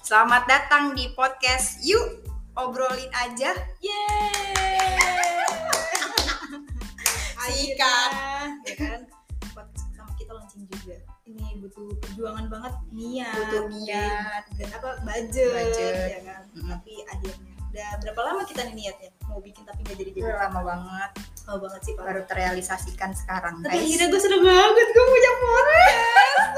Selamat datang di podcast Yuk Obrolin Aja. Yeay! Sika. Ya kan? Podcast pertama kita launching juga. Ini butuh perjuangan banget, niat. Butuh niat. Dan budget. Ya kan? Mm-hmm. Tapi akhirnya udah berapa lama kita nih niatnya mau bikin tapi nggak jadi. Lama banget. Lama banget sih Pak. Baru terrealisasikan sekarang, Tapi guys. akhirnya gue seneng banget gue punya podcast.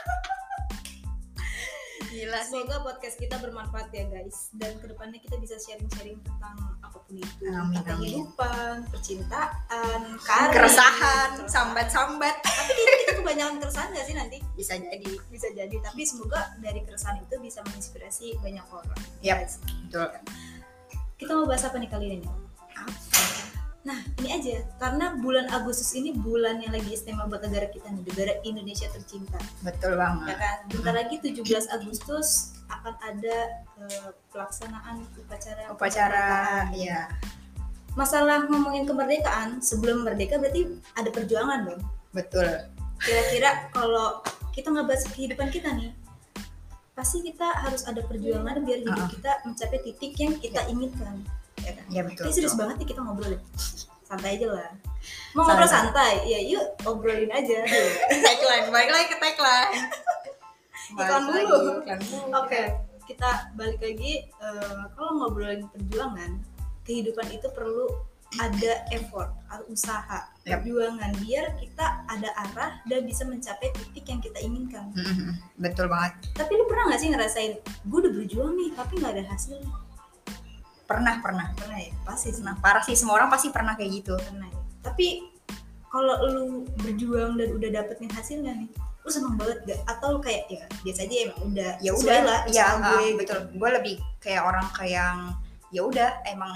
Gila sih. Semoga podcast kita bermanfaat ya guys. Dan kedepannya kita bisa sharing-sharing tentang apapun itu. Amin, Tentang amin. kehidupan, percintaan, karir, Keresahan, sambat-sambat. Tapi kita kebanyakan keresahan gak sih nanti? Bisa jadi. Bisa jadi. Tapi semoga dari keresahan itu bisa menginspirasi banyak orang. Yap, Guys. betul. Kita mau bahas apa nih kali ini? Nah, ini aja. Karena bulan Agustus ini bulan yang lagi istimewa buat negara kita nih, negara Indonesia tercinta. Betul Ya banget. kan? Bentar lagi 17 Agustus akan ada pelaksanaan upacara kemerdekaan. Ya. Masalah ngomongin kemerdekaan, sebelum merdeka berarti ada perjuangan dong. Betul. Kira-kira kalau kita ngebahas kehidupan kita nih, pasti kita harus ada perjuangan biar hidup kita mencapai titik yang kita inginkan. Ya kan? Ya betul. Ini serius banget nih kita ngobrol. Santai aja lah. Mau ngobrol santai? Ya yuk obrolin aja. Tagline, balik lagi ke tagline. Iklan dulu. Oke. Kita balik lagi. Kalau ngobrolin perjuangan, kehidupan itu perlu ada effort, usaha, Yap. perjuangan biar kita ada arah dan bisa mencapai titik yang kita inginkan. Betul banget. Tapi lu pernah nggak sih ngerasain, gue udah berjuang nih tapi nggak ada hasilnya? Pernah. Pernah ya, pasti sih. Parah sih, semua orang pasti pernah kayak gitu. Pernah ya. Tapi kalau lu berjuang dan udah dapetin hasilnya nih, lu seneng banget gak? Atau kayak ya biasa aja emang udah Ya sesuai udah lah ya usaha gue gitu. betul. Gue lebih kayak orang kayak ya udah emang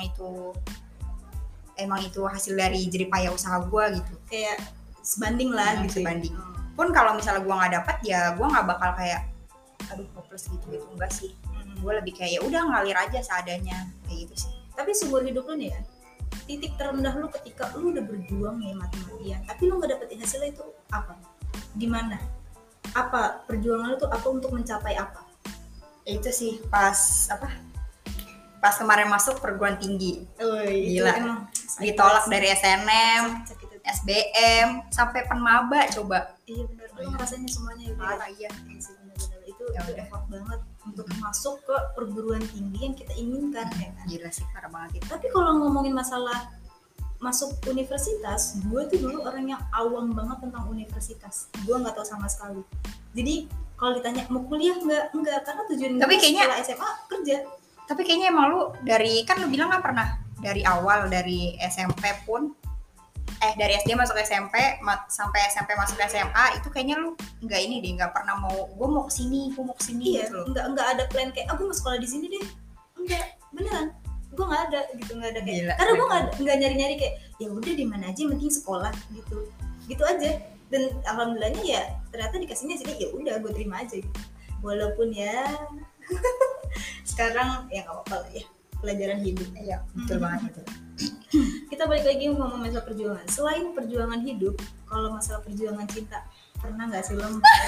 itu hasil dari jerih payah usaha gue gitu. Kayak sebanding lah gitu. Sebanding. Pun kalau misalnya gue nggak dapat ya gue nggak bakal kayak aduh hopeless gitu enggak sih. Gue lebih kayak ya udah ngalir aja seadanya kayak gitu sih. Tapi seumur hidup lu nih ya, titik terendah lu ketika lu udah berjuang nih mati-matian tapi lu nggak dapetin hasilnya itu apa? Di mana? Apa perjuangan lu tuh apa untuk mencapai apa? Itu sih pas kemarin masuk perguruan tinggi. Itu Gila. emang Ditolak dari SNM, sakit itu. SBM sampai penmaba coba. Iya benar, lu ngerasainnya semuanya itu. Parah iya. Benar-benar itu Ya udah. effort banget untuk masuk ke perguruan tinggi yang kita inginkan ya kan. Gila sih parah banget itu. Tapi kalau ngomongin masalah masuk universitas, gue tuh dulu orang yang awam banget tentang universitas. Gue nggak tahu sama sekali. Jadi kalau ditanya mau kuliah nggak karena tujuan Tapi gue kayaknya- setelah SMA kerja. Tapi kayaknya emang lu kan lu bilang kan pernah dari awal dari SMP pun dari SD masuk SMP sampai SMP masuk SMA itu kayaknya lu nggak pernah gue mau kesini Iya, gitu loh. nggak ada plan kayak gue mau sekolah di sini deh. Enggak, beneran. Gue nggak ada kayak. Gila, Karena gue nggak nyari-nyari kayak ya udah di mana aja yang penting sekolah gitu aja. Dan alhamdulillahnya ya ternyata dikasihnya sini ya udah gue terima aja gitu. Walaupun ya sekarang ya nggak apa-apa lah ya, pelajaran hidup. Iya betul banget itu. Kita balik lagi ngomong masalah perjuangan. Selain perjuangan hidup, kalau masalah perjuangan cinta, pernah nggak sih lo?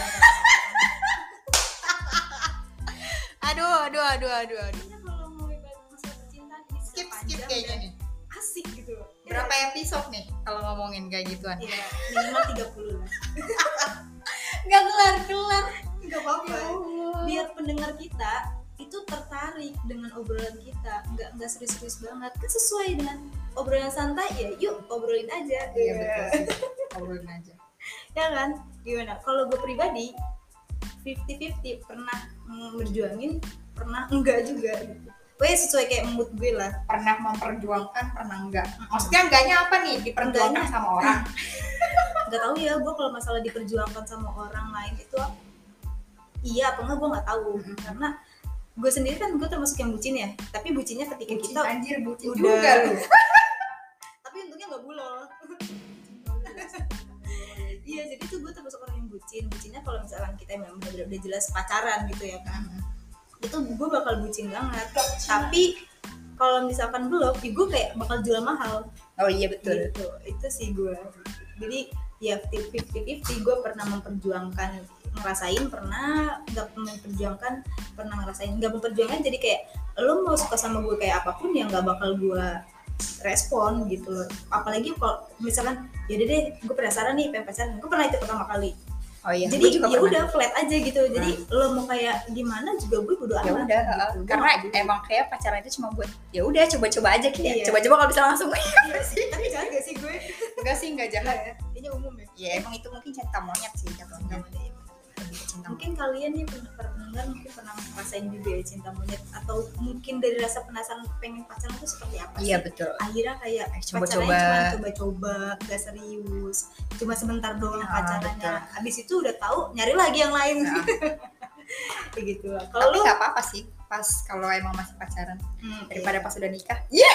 Aduh. Kalau mau masalah percintaan ini Skip panjang kayaknya dan nih. asik gitu. Berapa episode nih kalau ngomongin kayak gituan? Ya, minimal 30 lah. Nggak kelar. Nggak apa-apa. Biar pendengar kita itu tertarik dengan obrolan kita, nggak serius-serius banget. Kan sesuai dengan obrolan santai ya. Yuk obrolin aja. Iya betul. Ngobrolin aja. Ya kan? Gimana? Kalau gue pribadi 50-50 pernah berjuangin, pernah enggak juga gitu. Pokoknya sesuai kayak mood gue lah. Pernah memperjuangkan, pernah enggak? Maksudnya enggaknya apa nih? Diperjuangkan Enggaknya. sama orang? Nggak tahu ya, gue kalau masalah diperjuangkan sama orang lain itu iya apa enggak gue nggak tahu. Karena gue sendiri kan gue termasuk yang bucin ya. Tapi bucinnya ketika kita Anjir bucin udah juga lu. tapi untungnya nggak bulol. Iya, jadi tuh gue termasuk orang yang bucinnya kalau misalkan kita memang udah jelas pacaran gitu ya kan. Itu gue bakal bucin banget. Tapi kalau misalkan belum, ya gue kayak bakal jual mahal. Oh iya betul. Gitu. Itu sih gue. Jadi ya 50-50 gue pernah memperjuangkan ngerasain pernah, nggak memperjuangkan pernah ngerasain. Nggak memperjuangkan jadi kayak lo mau suka sama gue kayak apapun ya nggak bakal gue respon gitu loh. Apalagi kalau misalkan yaudah deh gue penasaran nih pengen pacaran, gue pernah itu pertama kali. Oh iya, Jadi ya udah flat aja gitu. Jadi lo mau kayak gimana juga gue bodo amat. Ya udah, gitu. karena emang kayak pacaran itu cuma buat ya udah coba-coba aja kayak. Iya. Coba-coba kalau bisa langsung. Iya sih, tapi jahat gak sih gue? Enggak sih, enggak jahat. Kayaknya umum ya. Ya emang itu mungkin cinta monyet sih jatuhnya. Lebih ke cinta Mungkin kalian nih pendengar mungkin pernah ngerasain juga ya cinta monyet, atau mungkin dari rasa penasaran pengen pacaran itu seperti apa sih? Iya betul. Akhirnya kayak Coba-coba. pacarannya cuma coba-coba, gak serius, cuma sebentar doang pacarannya. betul. Habis itu udah tahu nyari lagi yang lain. Kayak gitu lah. Kalau Tapi lu nggak apa-apa sih pas kalau emang masih pacaran daripada pas udah nikah. Iya.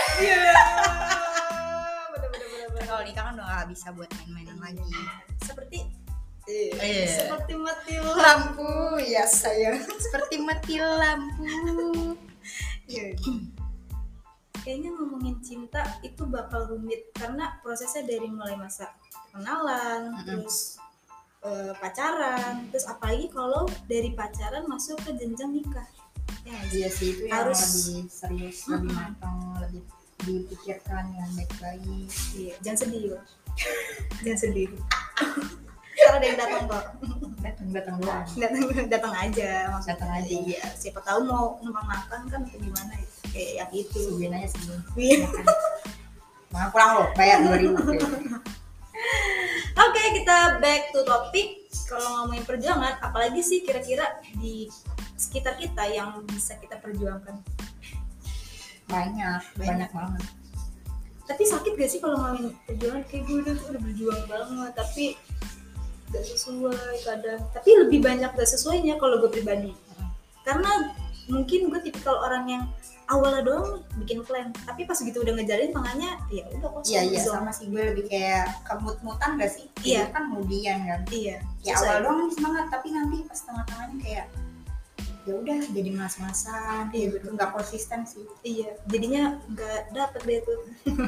Bener-bener. Kalau nikah kan udah nggak bisa buat main-mainan lagi. Seperti Iya. seperti mati Lampu, ya sayang. Seperti mati lampu. Iya. Kayaknya ngomongin cinta itu bakal rumit karena prosesnya dari mulai masa kenalan, terus pacaran, terus apalagi kalau dari pacaran masuk ke jenjang nikah. Ya, Iya sih, itu yang harus lebih serius, lebih matang, lebih dipikirkan yang baik-baik. iya, jangan sedih loh. Jangan sedih. Karena ada yang datang kok. Datang doang. Datang aja maksudnya. Datang aja. Iya, siapa tahu mau numpang makan kan atau gimana kayak yang itu. Subiin aja sih. Iya. Mau pulang loh, bayar 2.000. Oke, kita back to topic. Kalau ngomongin perjuangan, apalagi sih kira-kira di sekitar kita yang bisa kita perjuangkan? Banyak banget. Tapi sakit gak sih kalau ngomongin perjuangan? Kayak gue udah berjuang banget, tapi gak sesuai kadang. Tapi lebih banyak gak sesuainya kalau gue pribadi. Karena mungkin gue tipikal orang yang awalnya doang bikin plan, tapi pas gitu udah ngejalin tangannya ya udah kosong. Iya sama sih, gue lebih kayak kemut-mutan gak sih? Iya. Itu kan kemudian kan. Iya. Ya awal doang nih semangat, tapi nanti pas tengah-tengahnya kayak ya udah jadi mas-masan, Iya, gitu nggak konsisten sih. Iya, jadinya nggak dapet deh tuh.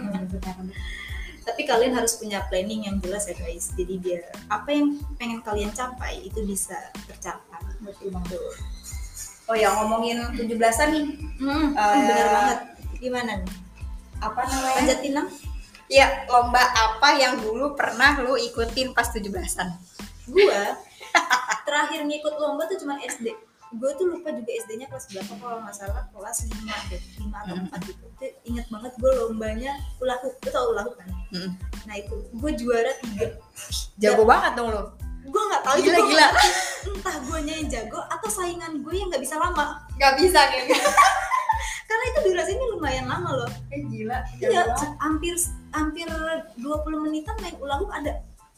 Tapi kalian harus punya planning yang jelas ya guys. Jadi biar apa yang pengen kalian capai itu bisa tercapai. Betul banget. Oh ya, ngomongin 17-an nih. Benar banget. Gimana nih? Apa namanya? Panjat pinang? Ya, lomba apa yang dulu pernah lu ikutin pas 17-an? Gua terakhir ngikut lomba tuh cuma SD. Gue tuh lupa juga SD-nya kelas berapa, kalau nggak salah kelas 5 deh, 5 atau 4 gitu. Itu inget banget gue lombanya hula hoop. Lu tau hula hoop kan? Nah itu, gue juara 3. Jago banget dong lu. Gue nggak tahu Gila. Entah guanya yang jago atau saingan gue yang nggak bisa lama. Gak bisa kayak gitu. Karena itu durasinya lumayan lama loh. Gila. Iya, hampir 20 menitan main hula hoop ada.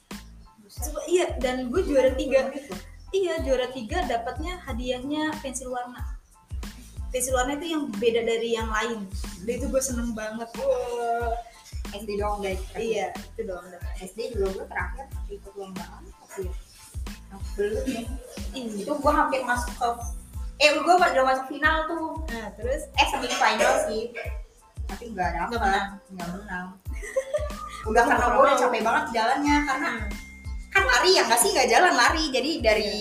Iya, dan gue juara 3. Iya, juara 3 dapatnya hadiahnya pensil warna. Pensil warna itu yang beda dari yang lain. Dan itu gue seneng banget. Wow. SD doang guys. Iya, itu doang. SD juga gue terakhir ikut lombaan tapi belum nih. Iya. Itu gue hampir masuk ke gue udah masuk final tuh. Nah, terus semifinal sih. Tapi nggak menang. Udah karena Nggak gue udah mau. capek banget jalannya karena kan lari ya nggak sih, nggak jalan lari, jadi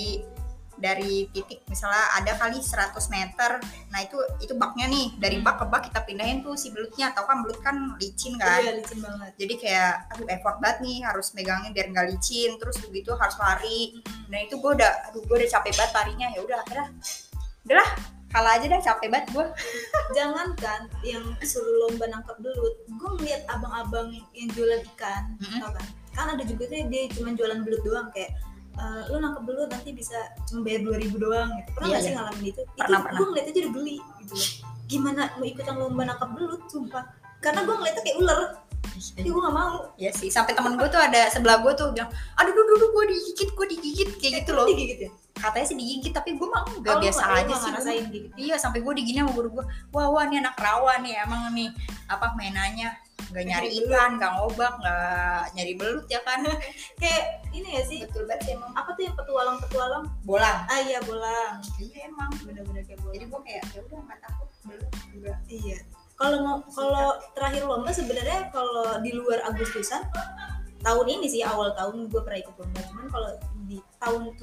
dari titik misalnya ada kali 100 meter, nah itu baknya nih, dari bak ke bak kita pindahin tuh si belutnya, atau kan belut kan licin kan, iya licin banget. jadi kayak aduh effort banget nih harus megangin biar nggak licin, terus begitu harus lari, nah itu gue udah capek banget larinya, ya udah akhirnya udahlah kalah aja dah, capek banget gue. Jangankan yang suruh lomba nangkap belut, gue ngeliat abang-abang yang jualan ikan, tau kan ada juga tuh dia cuma jualan belut doang, kayak lu nangkep belut nanti bisa cuma bayar 2.000 doang gitu. Pernah nggak sih ngalamin itu? Pernah. Gue ngeliat aja udah geli gitu loh. Gimana mau ikutan lomba nangkep belut, sumpah. Karena gue ngeliatnya kayak ular, tapi gue nggak mau. Ya sih, sampai temen gue tuh ada sebelah gue tuh bilang, aduh gue digigit kayak gitu loh. Digigit ya? Katanya sih digigit, tapi gue mah nggak biasa aja sih. Ngerasain gitu. Iya, sampai gue digini sama guru gue, wah nih anak rawa nih, emang nih apa mainannya nggak nyari ikan, nggak ngobak, nggak nyari belut ya kan. Kayak ini ya sih, Betul banget sih emang. apa tuh yang petualang Bolang. iya bolang. Iya emang Bener-bener kayak bolang. jadi gue kayak ya udah nggak takut belut juga. Iya. Kalau terakhir lomba sebenarnya kalau di luar Agustusan tahun ini sih, awal tahun gue pernah ikut lomba. Cuman kalau di tahun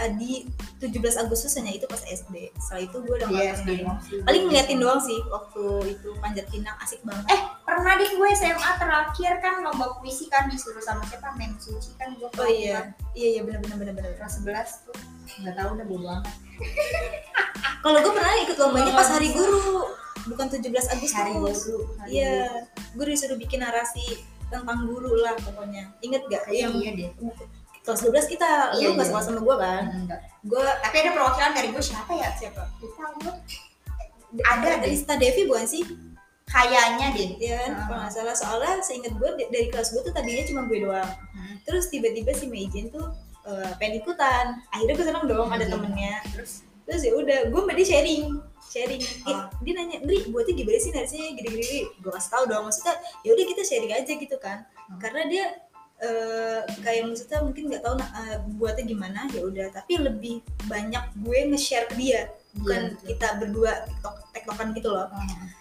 17 Agustusnya itu pas SD. Setelah itu gue udah nggak SD pernah. Paling ngeliatin doang sih waktu itu panjat pinang, asik banget. Pernah deh gue SMA terakhir kan lomba puisi kan disuruh sama siapa, Mem Suci kan gue. Oh iya benar. Kelas 11 tuh nggak tahu udah bodo amat. Kalau gue pernah ikut lombanya pas hari guru, bukan 17 Agustus. Hari guru. Iya, gue disuruh bikin narasi tentang guru lah pokoknya. Ingat gak? Iya deh. Kelas 12 kita, Iya, lu gak sekelas sama gue kan? Enggak. Gue, Tapi ada perwakilan dari gue, siapa ya? Lupa gue. Ada dari deh. Sita Devi bukan sih? Kayaknya deh. Ya kan? Kalau gak salah, soalnya seinget gue dari kelas gue tuh tadinya cuma gue doang. Terus tiba-tiba si Meijen tuh pengen ikutan. Akhirnya gue seneng dong ada temennya. Terus ya udah, gue sama dia sharing. Dia nanya, Dri, buatnya gimana sih narasinya gini-gini. Gue kasih tau dong, maksudnya ya udah kita sharing aja gitu kan. Karena dia kayak maksudnya mungkin nggak tahu buatnya gimana, ya udah. Tapi lebih banyak gue nge-share ke dia, bukan kita berdua tektokan gitu loh.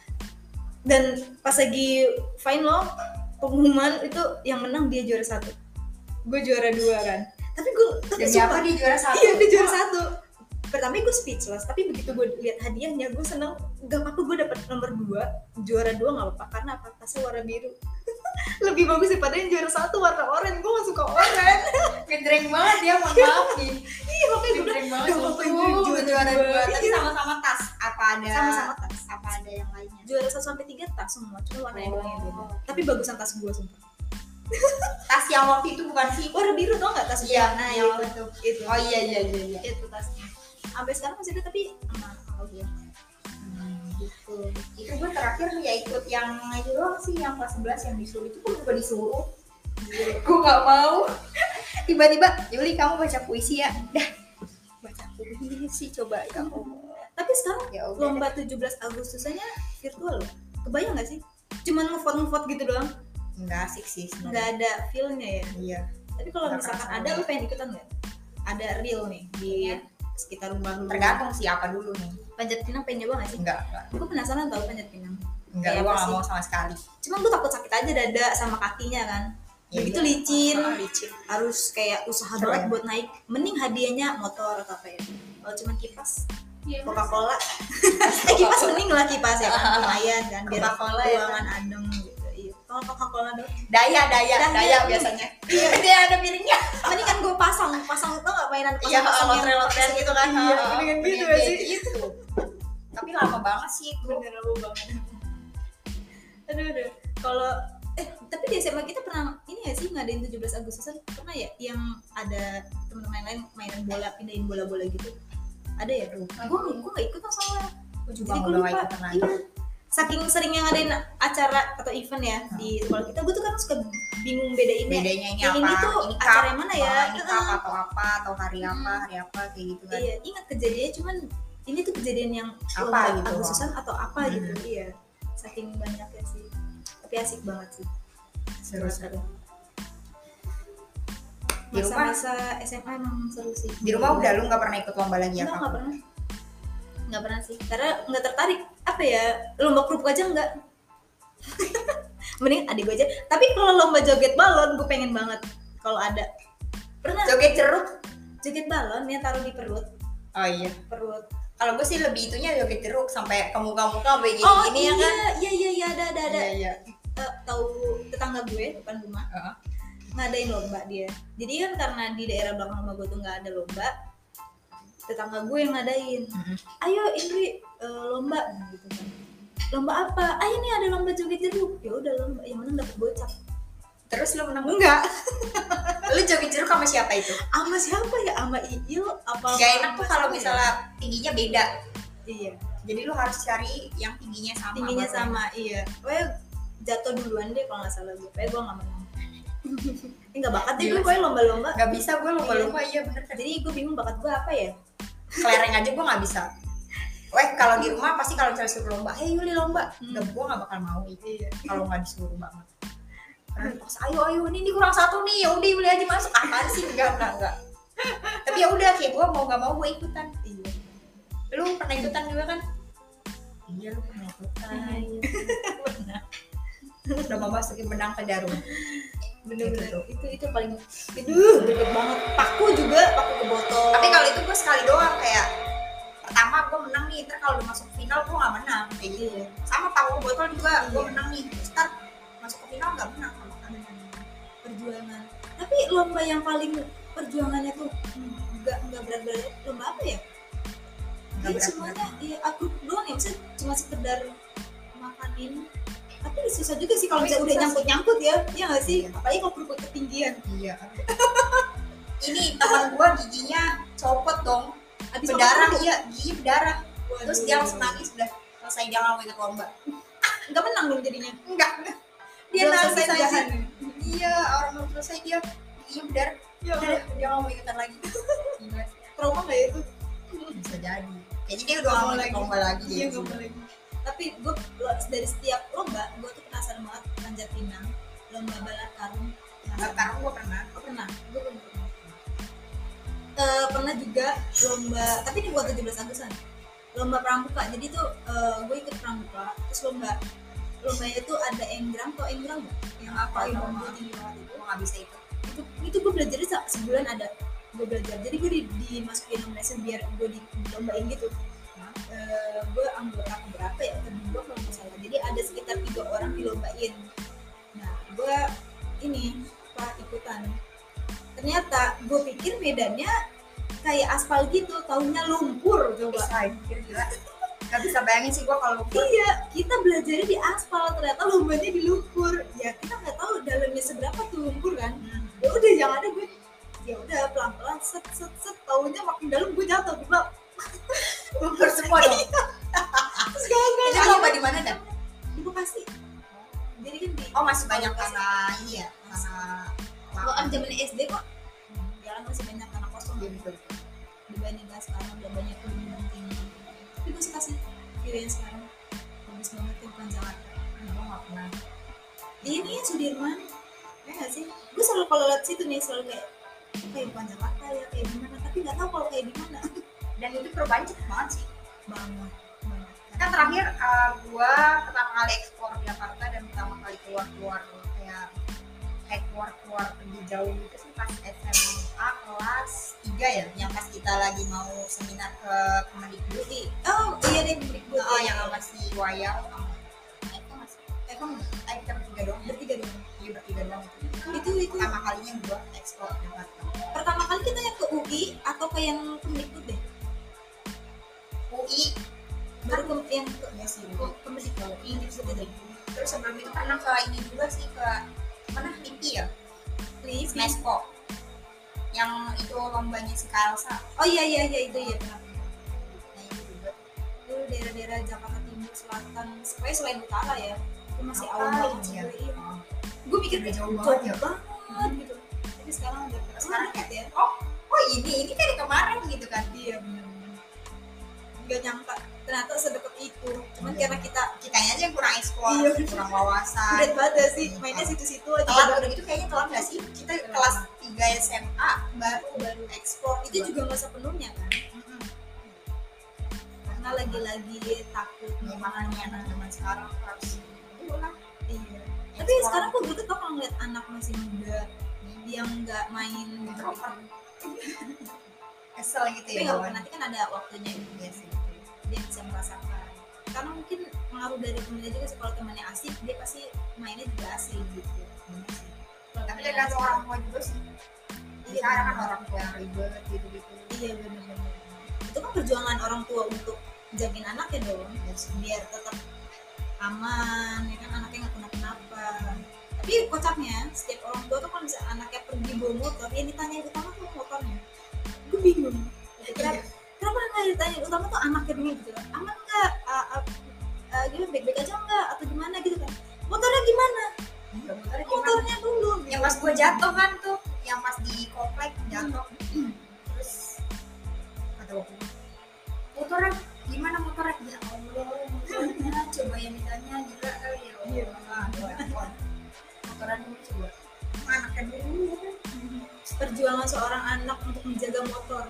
Dan pas lagi final pengumuman itu yang menang dia juara 1, gue juara 2 kan. Tapi siapa dia juara 1? Iya, dia juara 1. Pertama gue speechless, tapi begitu gue lihat hadiahnya gue seneng. Gak apa-apa gue dapet nomor 2, juara 2 nggak apa-apa karena tasnya warna biru. Lebih bagus daripada yang juara 1 warna oranye. Gue gak suka oranye. Gendreng banget dia, mohon maaf nih. Iya, makanya gue gendreng banget. gue juara 2, tapi sama-sama tas. Apa ada? Sama-sama tas. Apa ada yang lainnya? Juara 1 sampai 3 tas semua, cuma warnanya doang yang beda. Tapi bagusan tas gue sumpah. Tas yang waktu itu bukan sih? Warna biru tau nggak tas gue? Iya, Nah, yang itu. Oh iya. Itu tasnya. Sampai sekarang masih ada tapi kalau gue. Gitu. Itu gue terakhir ya ikut yang itu doang sih, yang kelas 11 yang disuruh itu. Gue juga disuruh. Gue nggak mau. Tiba-tiba, Yuli kamu baca puisi ya? Dah, baca puisi coba kamu. Tapi sekarang Ya, lomba 17 Agustusnya virtual loh. Kebayang nggak sih? Cuman ngevote gitu doang. Nggak asik sih sebenarnya. Nggak ada feel-nya ya. Iya. Tapi kalau misalkan ada, lu pengen ikutan nggak? Ada real nih di sekitar rumah lu. Tergantung sih apa dulu nih. Panjat pinang pengen nyoba nggak sih? Enggak. Gue penasaran tau panjat pinang. Enggak, gue nggak mau sama sekali. Cuma gue takut sakit aja dada sama kakinya kan. Begitu licin, harus kayak usaha banget buat naik. Mending hadiahnya motor atau apa ya. Kalau cuma kipas, Coca-Cola. Kipas mending lah kipas ya kan, lumayan kan. Biar ruangan adem gitu. Kalau Coca-Cola dong. Daya biasanya. Iya, dia ada piringnya. Mending kan gue pasang tau nggak mainan pasang lotre gitu kan. Iya, mendingan gitu ya sih. Gitu. Tapi lama banget sih itu. Bener lama banget. Aduh. Kalau tapi di SMA kita pernah ini ya sih ngadain 17 Agustusan, pernah ya yang ada teman-teman lain mainan bola, pindahin bola-bola gitu. Ada ya? Gue nggak ikut soalnya. Jadi gue lupa. Saking seringnya ngadain acara atau event ya di sekolah kita, gue tuh kan suka bingung bedanya ini yang apa? ini tuh ini acara yang mana ya? Ini atau apa atau hari apa kayak gitu kan. Iya, ingat kejadiannya, cuman ini tuh kejadian yang apa gitu Agustusan atau apa gitu. Iya, saking banyaknya sih. Tapi asik banget sih. Seru. Di masa SMA emang seru sih. Di rumah udah lu nggak pernah ikut lomba lagi apa? Nggak pernah sih, karena nggak tertarik. Apa ya, lomba kerupuk aja nggak. Mending adik gue aja. Tapi kalau lomba joget balon gue pengen banget kalau ada. Pernah joget jeruk? Joget balon yang taruh di perut. Oh iya, perut. Kalau gue sih lebih itunya joget jeruk sampai ke muka-muka kayak gini ya kan. Iya ada. Iya. Tahu tetangga gue depan rumah. Ngadain lomba dia. Jadi kan karena di daerah belakang rumah gue tuh nggak ada lomba, tetangga gue yang ngadain. Ayo Indri, lomba gitu kan. Lomba apa? Ayo nih ada lomba joget jeruk. Ya udah lomba, yang menang dapat gocap. Terus lu menang? Enggak. Lu joget jeruk sama siapa itu? Sama siapa ya? Sama Iil apa? Gak enak tuh kalau misalnya tingginya beda. Iya. Jadi lu harus cari yang tingginya sama. Tingginya sama, iya. Pokoknya jatuh duluan deh kalau nggak salah gue. Pokoknya gue nggak menang. Nggak bakat deh gue lomba-lomba. Gak bisa gue lomba-lomba, iya bener. Jadi gue bingung bakat gue apa ya? Kelereng aja gue nggak bisa. Kalau di rumah pasti kalau misalnya suruh lomba, Yuli lomba, gue nggak bakal mau itu. Kalau nggak disuruh banget. Karena pas ayo ini kurang satu nih, ya udah Yuli aja masuk. Apaan sih? Enggak. Tapi ya udah kayak gue mau nggak mau gue ikutan. Iya. Lu pernah ikutan juga kan? Iya, lu pernah ikutan. Iya. Udah mau masukin benang ke jarum. bener-bener itu paling deket banget. Paku ke botol. Tapi kalau itu gue sekali doang, kayak pertama gue menang nih, ntar kalau udah masuk final gue nggak menang kayak gitu. Sama paku ke botol juga gue menang nih, ntar masuk ke final nggak menang. Perjuangan. Tapi lomba yang paling perjuangannya tuh nggak berat-berat, lomba apa ya? Jadi semuanya iya aku doang ya, maksudnya cuma sekedar makanin. Tapi susah juga sih kalau misalnya udah nyangkut ya nggak sih? Apalagi kalau kerupuk ketinggian. Iya. Ini teman gua giginya copot dong, berdarah. Iya, gigi berdarah. Terus dia langsung nangis, udah selesai, dia nggak mau ikut lomba. Nggak menang dong jadinya. Enggak. Dia nangis aja. Iya, orang belum selesai dia giginya berdarah. Ya, dia nggak mau ikutan lagi. Trauma nggak ya itu? Bisa jadi. Kayaknya dia udah nggak mau ikut lomba lagi. Iya, nggak mau lagi. Tapi gue dari setiap lomba gue tuh penasaran banget panjat pinang, lomba balap karung. Balap karung gue pernah. Gue belum pernah. Pernah juga lomba, tapi ini buat 17 Agustusan. Lomba pramuka. Jadi tuh gue ikut pramuka. Terus lombanya tuh ada enggrang nggak? Yang apa? Yang lomba tinggi banget itu. Gue nggak bisa itu. Itu gue belajar sebulan ada. Gue belajar. Jadi gue dimasukin nominasi biar gue dilombain gitu. Gue anggota berapa ya, kedua kalau nggak salah. Jadi ada sekitar 3 orang dilombain. Nah gue ikutan. Ternyata gue pikir medannya kayak aspal gitu, taunya lumpur. Coba gila. Gak bisa bayangin sih gue kalau lumpur. Iya, kita belajarnya di aspal, ternyata lombanya di lumpur. Ya kita nggak tahu dalamnya seberapa tuh lumpur kan. Ya udah yang ada gue ya udah pelan-pelan set taunya makin dalam gue jatuh gue lumpur semua dong. Terus gagal. Itu lomba di mana dah? Di Bekasi. Jadi kan masih banyak karena ini ya, karena kalau zaman SD kok jalan masih banyak tanah kosong dibandingkan sekarang udah banyak gedung tinggi. Tapi gue suka sih view yang sekarang bagus banget yang bukan Jakarta. Gue nggak pernah. Ini ya Sudirman ya nggak sih? Gue selalu kalau lihat situ nih selalu kayak bukan Jakarta ya, kayak gimana, tapi nggak tahu kalau kayak gimana. Dan itu perubahan cepet banget sih. Banget. Kan terakhir gue pertama kali eksplor Jakarta dan pertama kali keluar kayak keluar pergi jauh gitu sih pas SMA kelas 3 ya, yang pas kita lagi mau seminar ke Kemendikbud. Oh iya deh, Kemendikbud. Yang sama si Wayang sama kita bertiga doang. Iya bertiga doang. Itu pertama kalinya gue eksplor Jakarta. Pertama kali kita yang ke UI atau ke yang Kemendikbud deh? UI baru yang ke Kemendikbud ini. Terus sebelum itu pernah ke ini juga sih, ke mana LIPI ya? Mesco. Yang itu lombanya si Kalsa. Oh iya itu ya pernah. Nah itu juga. Itu daerah-daerah Jakarta Timur Selatan, pokoknya selain utara ya. Itu masih awal iya. Gue mikir jauh banget gitu. Tapi sekarang udah dekat ya. Oh ini kayak kemarin gitu kan. Iya benar. Gak nyangka ternyata sedekat itu. Cuman karena kitanya aja yang kurang eksplor, kurang wawasan. Udah banget sih, mainnya situ-situ aja. Telat udah gitu kayaknya telat gak sih? Kita kelas 3 SMA baru eksplor. Itu juga nggak sepenuhnya kan? Karena lagi-lagi takut. Makanya anak zaman sekarang harus iya. Tapi sekarang kok gue tuh kalau ngeliat anak masih muda yang nggak main gitu. Kesel gitu tapi ya. Tapi nanti kan ada waktunya juga sih. Dia bisa merasakan. Karena mungkin pengaruh dari temennya juga sih, kalau temannya asik dia pasti mainnya juga asik gitu. Tapi tergantung orang tua juga sih. Iya kan orang tua yang ribet gitu-gitu. Iya benar-benar. Itu kan perjuangan orang tua untuk jagain anaknya dong, biar tetap aman, ya kan anaknya nggak kenapa-kenapa. Tapi kocaknya setiap orang tua tuh kalau misalnya anaknya pergi bawa motor, yang ditanya utama tuh motornya. Gue bingung. Kenapa nggak ditanya utama tuh anaknya dulu gitu kan? Aman nggak? Gimana baik-baik aja nggak? Atau gimana gitu kan? Motornya gimana? Motornya dulu. Yang pas gue jatuh kan tuh, yang pas di komplek jatuh. Terus kata gue, motornya gimana motornya? Ya Allah, motornya coba yang ditanya gila kali ya. Iya. Motornya dulu coba. Anaknya dulu. Perjuangan seorang anak untuk menjaga motor.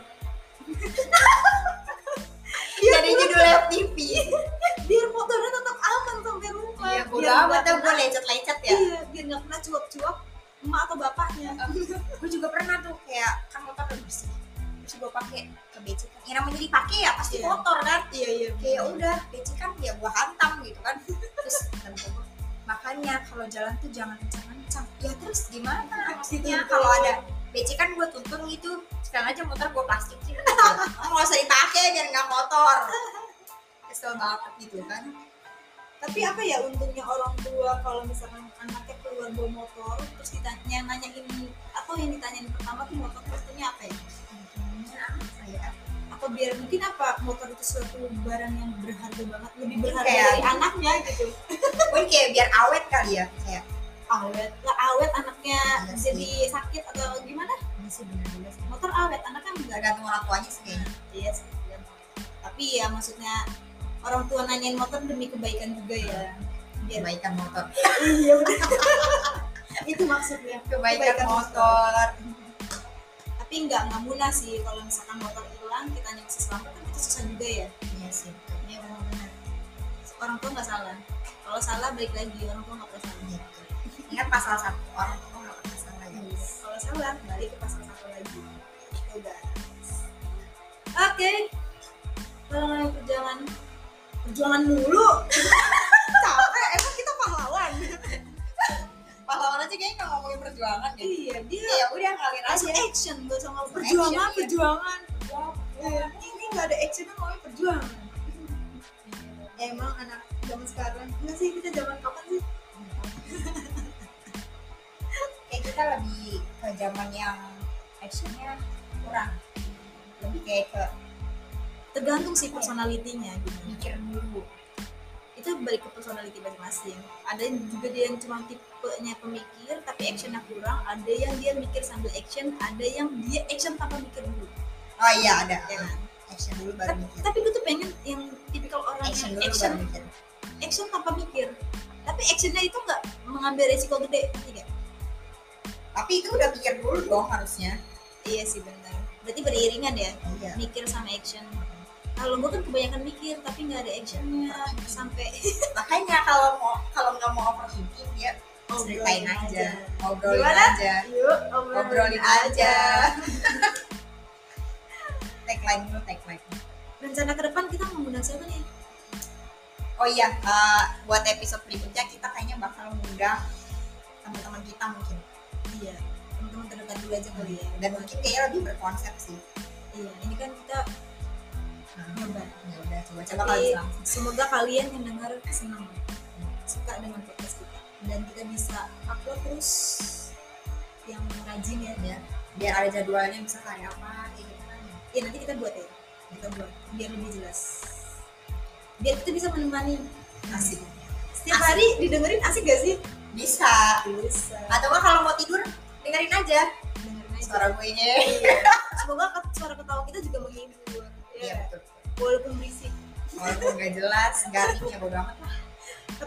Jadi judul FTV. Biar motornya tetap aman sampai rumah. Iya, bodo amat dah gue lecet-lecet ya. Iya, biar nggak kena cuap-cuap emak atau bapaknya. Gue juga pernah tuh kayak kan motor udah bersih, terus gue pakai ke becikan, yang namanya dipakai ya pasti Iya. kotor kan, Iya kayak udah becikan ya gue hantam gitu kan. Terus kata gue, makanya kalau jalan tuh jangan kencang-kencang. Ya terus gimana maksudnya Gitu. kalau ada becikan gue tuntun gitu, sekarang aja motor gue plastikin gitu. Nggak usah dipakai biar nggak kotor. Kesel banget gitu kan. Tapi apa ya untungnya orang tua kalau misalkan anaknya keluar bawa motor terus nanyain atau yang ditanyain pertama tuh motor pastinya apa ya? Saya Apa biar mungkin apa motor itu suatu barang yang berharga banget, lebih berharga Kayak- dari anaknya gitu. mungkin kayak biar awet kali ya, kayak Awet lah, awet anaknya Iya sih. jadi sakit atau gimana? ini sih bener-bener sih. Motor awet anaknya enggak. Tergantung orang tuanya sih kayaknya. Iya sih. Tapi ya maksudnya orang tua nanyain motor demi kebaikan juga ya. Biar Kebaikan motor, iya benar. Itu maksudnya kebaikan motor. Tapi nggak munah sih kalau misalkan motor hilang kita hanya bisa selamat kan itu susah juga ya. Iya sih. Iya benar. Orang tua nggak salah, kalau salah balik lagi orang tua nggak pernah salah. Gitu. Ingat pasal 1, orang tua nggak pernah salah ya. Kalau salah balik ke pasal 1 lagi. Udah. Oke. Kalau ngomongin perjuangan dulu. Capek, emang kita pahlawan. Pahlawan aja kayaknya nggak ngomongin perjuangan ya. Iya, dia Ya udah ngalir langsung aja. action gak sama Action, perjuangan, iya. perjuangan. Ini nggak ada actionnya ngomongin perjuangan. Emang anak zaman sekarang enggak sih, kita zaman kapan sih? Kayak kita lebih ke zaman yang actionnya kurang, lebih kayak ke Tergantung sih personalitinya gitu. mikir dulu. Itu balik ke personality masing-masing. Ada yang juga dia yang cuma tipenya pemikir tapi actionnya kurang, ada yang dia mikir sambil action, ada yang dia action tanpa mikir dulu. Oh iya ada. Ya kan? Action dulu baru mikir. Tapi gue tuh pengen yang tipikal orang Action yang dulu action, baru mikir. action tanpa mikir. Tapi actionnya itu nggak mengambil resiko gede, ngerti nggak? Tapi itu udah pikir dulu dong harusnya. Iya sih benar. Berarti beriringan ya, Iya. mikir sama action. Kalau gue kan kebanyakan mikir tapi nggak ada actionnya sampai Makanya kalau nggak mau overthinking dia ceritain aja, ngobrolin Gimana? aja, Yuk, ngobrolin aja. Tagline dulu, tagline. Rencana ke depan kita mau ngundang siapa nih? Oh iya, buat episode berikutnya kita kayaknya bakal mengundang teman-teman kita mungkin. Iya, teman-teman terdekat dulu aja kali ya. Dan mungkin kayaknya lebih berkonsep sih. Iya, ini kan kita nyoba. Ya udah, coba-coba Tapi kali bilang. semoga kalian yang dengar senang, suka dengan podcast kita, dan kita bisa upload terus yang rajin ya. Ya, biar ada jadwalnya bisa kayak apa, kayak gitu kan. Ya nanti kita buat ya, kita buat biar lebih jelas. Biar kita bisa menemani. Asik. Setiap Asik. hari didengerin asik gak sih? Bisa. Bisa. Atau nggak kalau mau tidur dengerin aja Dengerin aja. suara gue ini. Semoga suara ketawa kita juga menghibur. Iya betul. Walaupun berisik. Walaupun nggak jelas, garingnya bodo amat lah. Tapi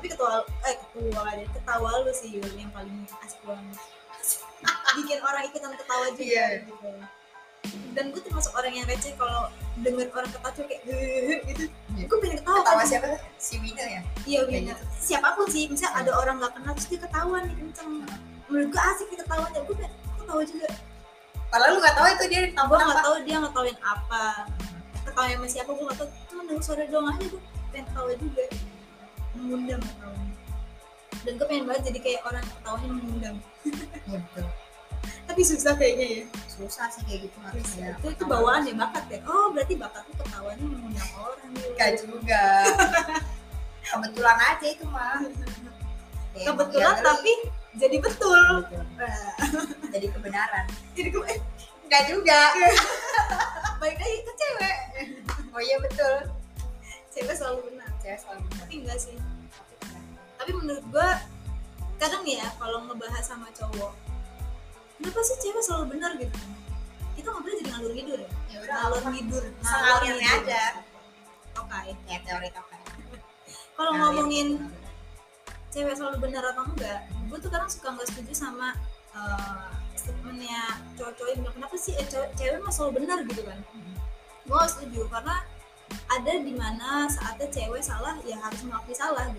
ketawa lu sih Yul, yang paling asik banget. Bikin orang ikutan ketawa juga. Iya. Gitu. Dan gue termasuk orang yang receh kalau denger orang ketawa tuh kayak gitu. Iya. Gue pengen ketawa. Ketawa kan. siapa tuh? Si Wina ya? Iya Kayak benar. gitu. Siapapun sih, misalnya ada orang nggak kenal terus dia ketawa nih kenceng. Menurut gue asik nih ketawanya. Gue pengen ketawa juga. Padahal lu nggak tahu itu dia Gue ditampung nggak apa. tahu dia ngetawain apa. Ketawa sama siapa gue nggak tahu. Cuma denger suara doang aja gue pengen ketawa juga. Mengundang ketawanya. Dan gue pengen banget jadi kayak orang ketawanya mengundang. Iya betul. Tapi susah kayaknya ya. Susah sih kayak gitu harusnya. Itu bawaan ya, bakat ya. Oh berarti bakat lu ketawanya mengundang orang ya. Gak juga. Kebetulan aja itu mah. Ya, Kebetulan emang ya, tapi jadi betul. betul. Nah, Jadi kebenaran. jadi gue Enggak juga. baik lagi ke cewek. Oh iya betul. Cewek selalu benar. Saya selalu benar. Tapi enggak sih. Tapi menurut gue kadang ya kalau ngebahas sama cowok, kenapa sih cewek selalu benar gitu? Itu nggak boleh jadi ngalur ngidur ya. Ya udah, Ngalur ngidur. Sengalirnya aja. Oke. Ya teori token. Kalau ngomongin cewek selalu benar atau enggak, gue tuh kadang suka nggak setuju sama statementnya cowok-cowok yang bilang kenapa sih cewek mah selalu benar gitu kan. Gue gak setuju karena ada dimana saatnya cewek salah ya harus mengakui salah gitu.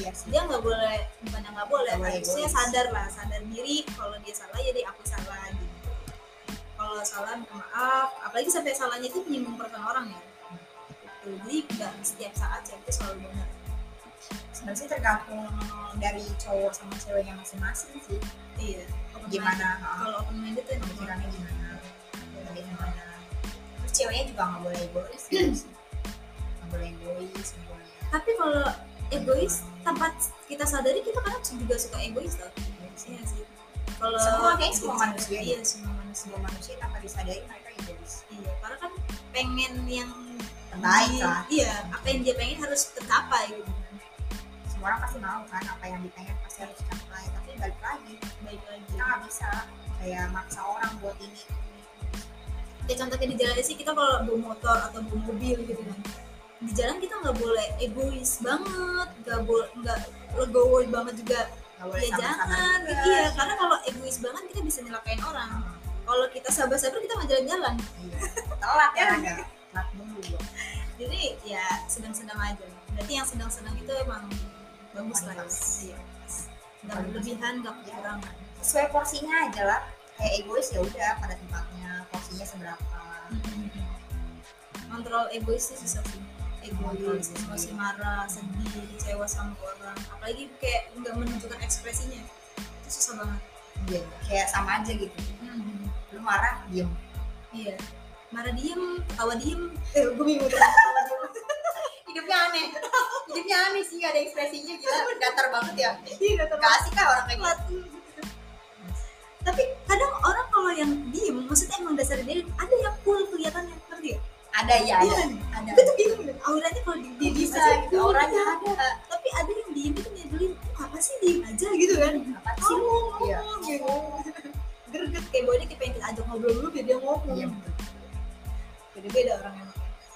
Iya sih. Dia nggak boleh, bukannya nggak boleh, Nggak boleh harusnya egois. sadar diri kalau dia salah ya dia aku salah gitu. Kalau salah minta maaf, apalagi sampai salahnya itu menyinggung perasaan orang ya gitu. Jadi nggak setiap saat cewek itu selalu benar. Sebenarnya sih tergantung dari cowok sama ceweknya masing-masing sih. Iya, Gimana, kalau open minded tuh pemikirannya gimana, bagaimana. Terus ceweknya juga nggak boleh egois gitu sih. Nggak boleh egois, nggak boleh. tapi kalau egois tanpa kita sadari kita kadang juga suka egois tau. Iya sih. Kalau Semua manusia. iya semua manusia. Semua manusia tanpa disadari mereka egois. Iya, karena kan pengen yang Terbaik lah. Iya, apa yang dia pengen harus tercapai gitu kan. Semua orang pasti mau kan apa yang dipengen pasti harus dicapai. Tapi balik lagi kita nggak bisa kayak maksa orang buat ini. Kayak contohnya di jalan sih kita kalau bawa motor atau bawa mobil gitu kan. Di jalan kita nggak boleh egois banget, nggak legowo banget juga. Nggak boleh Ya sama-sama jangan, juga. iya karena kalau egois banget kita bisa nyelakain orang. Kalau kita sabar-sabar kita nggak jalan-jalan. Iya. Telat ya enggak? Telat dulu. Jadi ya sedang-sedang aja. Berarti yang sedang-sedang itu emang bagus lah. Iya. Nggak berlebihan, nggak kekurangan. Sesuai porsinya aja lah. Kayak egois ya udah pada tempatnya, porsinya seberapa. Kontrol egois sih susah sih. Egois, emosi marah, sedih, kecewa sama orang. Apalagi kayak nggak menunjukkan ekspresinya. Itu susah banget. Iya, kayak sama aja gitu. Lu marah, diem. Iya. Marah diem, ketawa diem. Gue bingung tuh. Ketawa diem. Hidupnya aneh sih, gak ada ekspresinya, gila datar banget ya. Iya, Gak asik kah orang kayak gitu? Tapi kadang orang kalau yang diem, maksudnya emang dasar dia ada yang cool kelihatannya, ngerti ya? Ada ya, Iya. ada. Gue tuh bingung deh, auranya kalau diem Bisa aja gitu, cool. auranya ada. Tapi ada yang diem itu nyebelin, apa sih diem aja gitu kan? Apa sih? Iya. Ngomong gitu. Greget kayak boy kayak pengen kita ajak ngobrol dulu biar dia ngomong. Iya. Beda-beda orang emang.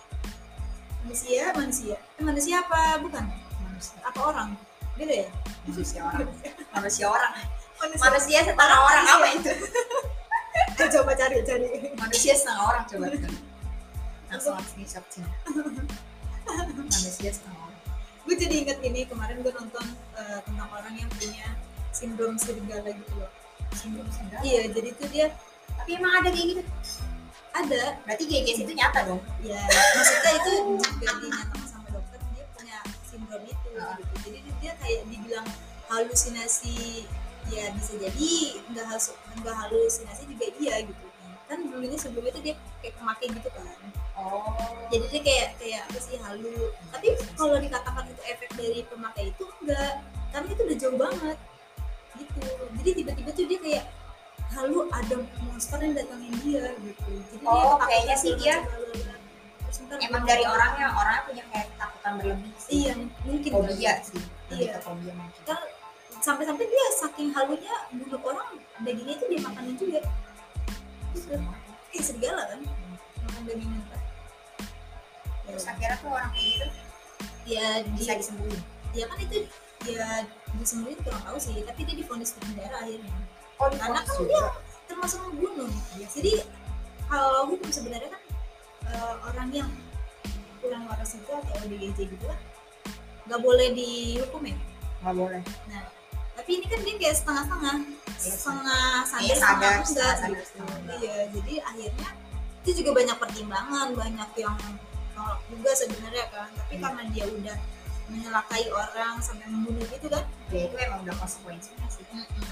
Manusia apa bukan? Manusia. Apa orang? Beda ya? Manusia orang. Manusia orang. Manusia. Manusia setengah orang apa itu? Coba cari. Manusia setengah orang coba. Langsung screenshot-nya. Manusia setengah orang. Gue jadi inget ini kemarin gue nonton tentang orang yang punya sindrom serigala gitu loh. Sindrom serigala? Iya, jadi tuh dia Tapi emang ada kayak gitu? ada. Berarti GGS itu nyata dong? Ya, maksudnya itu juga dinyatakan sama dokter dia punya sindrom itu gitu. Jadi dia kayak dibilang halusinasi, ya bisa jadi nggak halusinasi juga iya gitu. Kan dulunya sebelumnya tuh dia kayak pemakai gitu kan. Oh. Jadi dia kayak apa sih halu. Tapi kalau dikatakan itu efek dari pemakai itu enggak, karena itu udah jauh banget gitu. Jadi tiba-tiba tuh dia kayak halu ada monster yang datangin dia gitu. Jadi dia ketakutan kayaknya sih dia terus ntar emang dia dari ngomong. orangnya punya kayak ketakutan berlebih sih. Iya mungkin Fobia sih. Lebih Iya. ke fobia mungkin. Kan sampai-sampai dia saking halunya bunuh orang, dagingnya itu dia makanin juga. Serigala kan makan daging mentah. Terus akhirnya tuh orang kayak gitu Ya bisa disembuhin. ya kan itu ya disembuhin kurang tahu sih, tapi dia divonis di penjara akhirnya. Oh, Karena kan dia termasuk membunuh. Jadi kalau hukum sebenarnya kan orang yang kurang waras itu atau ODGJ gitu kan nggak boleh dihukum ya. nggak boleh. Nah tapi ini kan dia kayak setengah-setengah, setengah sadar Iya, setengah sadar, enggak sadar, gitu. setengah enggak. Iya, jadi akhirnya itu juga banyak pertimbangan, banyak yang nolak juga sebenarnya kan. Tapi karena dia udah menyelakai orang sampai membunuh gitu kan. Ya itu emang udah konsekuensinya sih.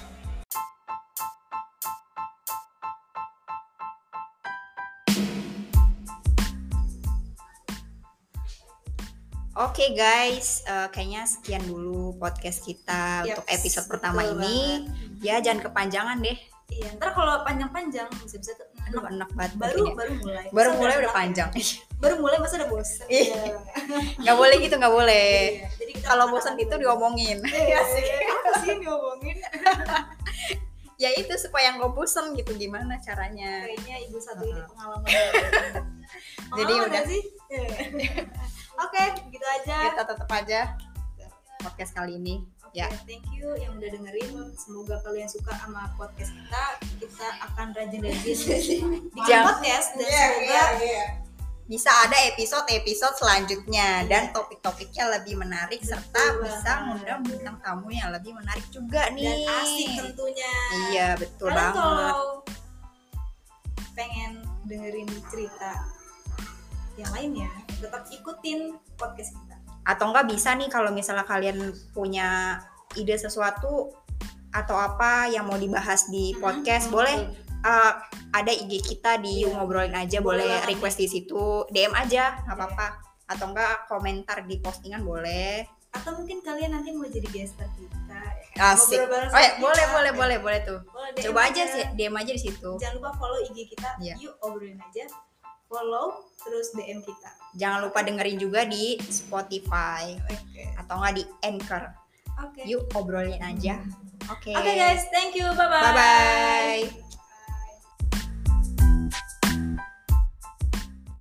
Oke guys, kayaknya sekian dulu podcast kita untuk episode pertama ini. Ya jangan kepanjangan deh. Iya, ntar kalau panjang-panjang bisa-bisa tuh Aduh enak banget. baru mulai. Masa udah panjang. Baru mulai masa udah bosan. Iya. Nggak boleh gitu, nggak boleh. Iya, jadi kita Kalau kata-kata bosan gitu dulu. diomongin. Iya sih. Apa sih yang diomongin? Ya itu supaya nggak bosan gitu, gimana caranya? Kayaknya ibu satu ini pengalaman. Jadi Pengalaman udah. nggak sih? Oke, gitu aja. Kita tetap aja podcast kali ini. Ya. Thank you yang udah dengerin. Semoga kalian suka sama podcast kita. Kita akan rajin-rajin bikin Jangan- podcast dan semoga bisa ada episode selanjutnya dan topik-topiknya lebih menarik serta bisa ngundang bintang tamu yang lebih menarik juga nih. Dan asik tentunya. Iya, betul Kalian banget. Kalau pengen dengerin cerita yang lainnya, tetap ikutin podcast kita. Atau enggak bisa nih kalau misalnya kalian punya ide sesuatu atau apa yang mau dibahas di podcast, boleh ada IG kita di ngobrolin aja, boleh request di situ, DM aja nggak apa-apa, atau enggak komentar di postingan boleh, atau mungkin kalian nanti mau jadi guest kita. Asik. Oh ya, boleh tuh. Boleh, coba aja sih DM aja di situ. Jangan lupa follow IG kita, Yuk Obrolin Aja. Follow terus DM kita. Jangan lupa dengerin juga di Spotify atau enggak di Anchor. Yuk Obrolin Aja. Oke guys, thank you, bye bye.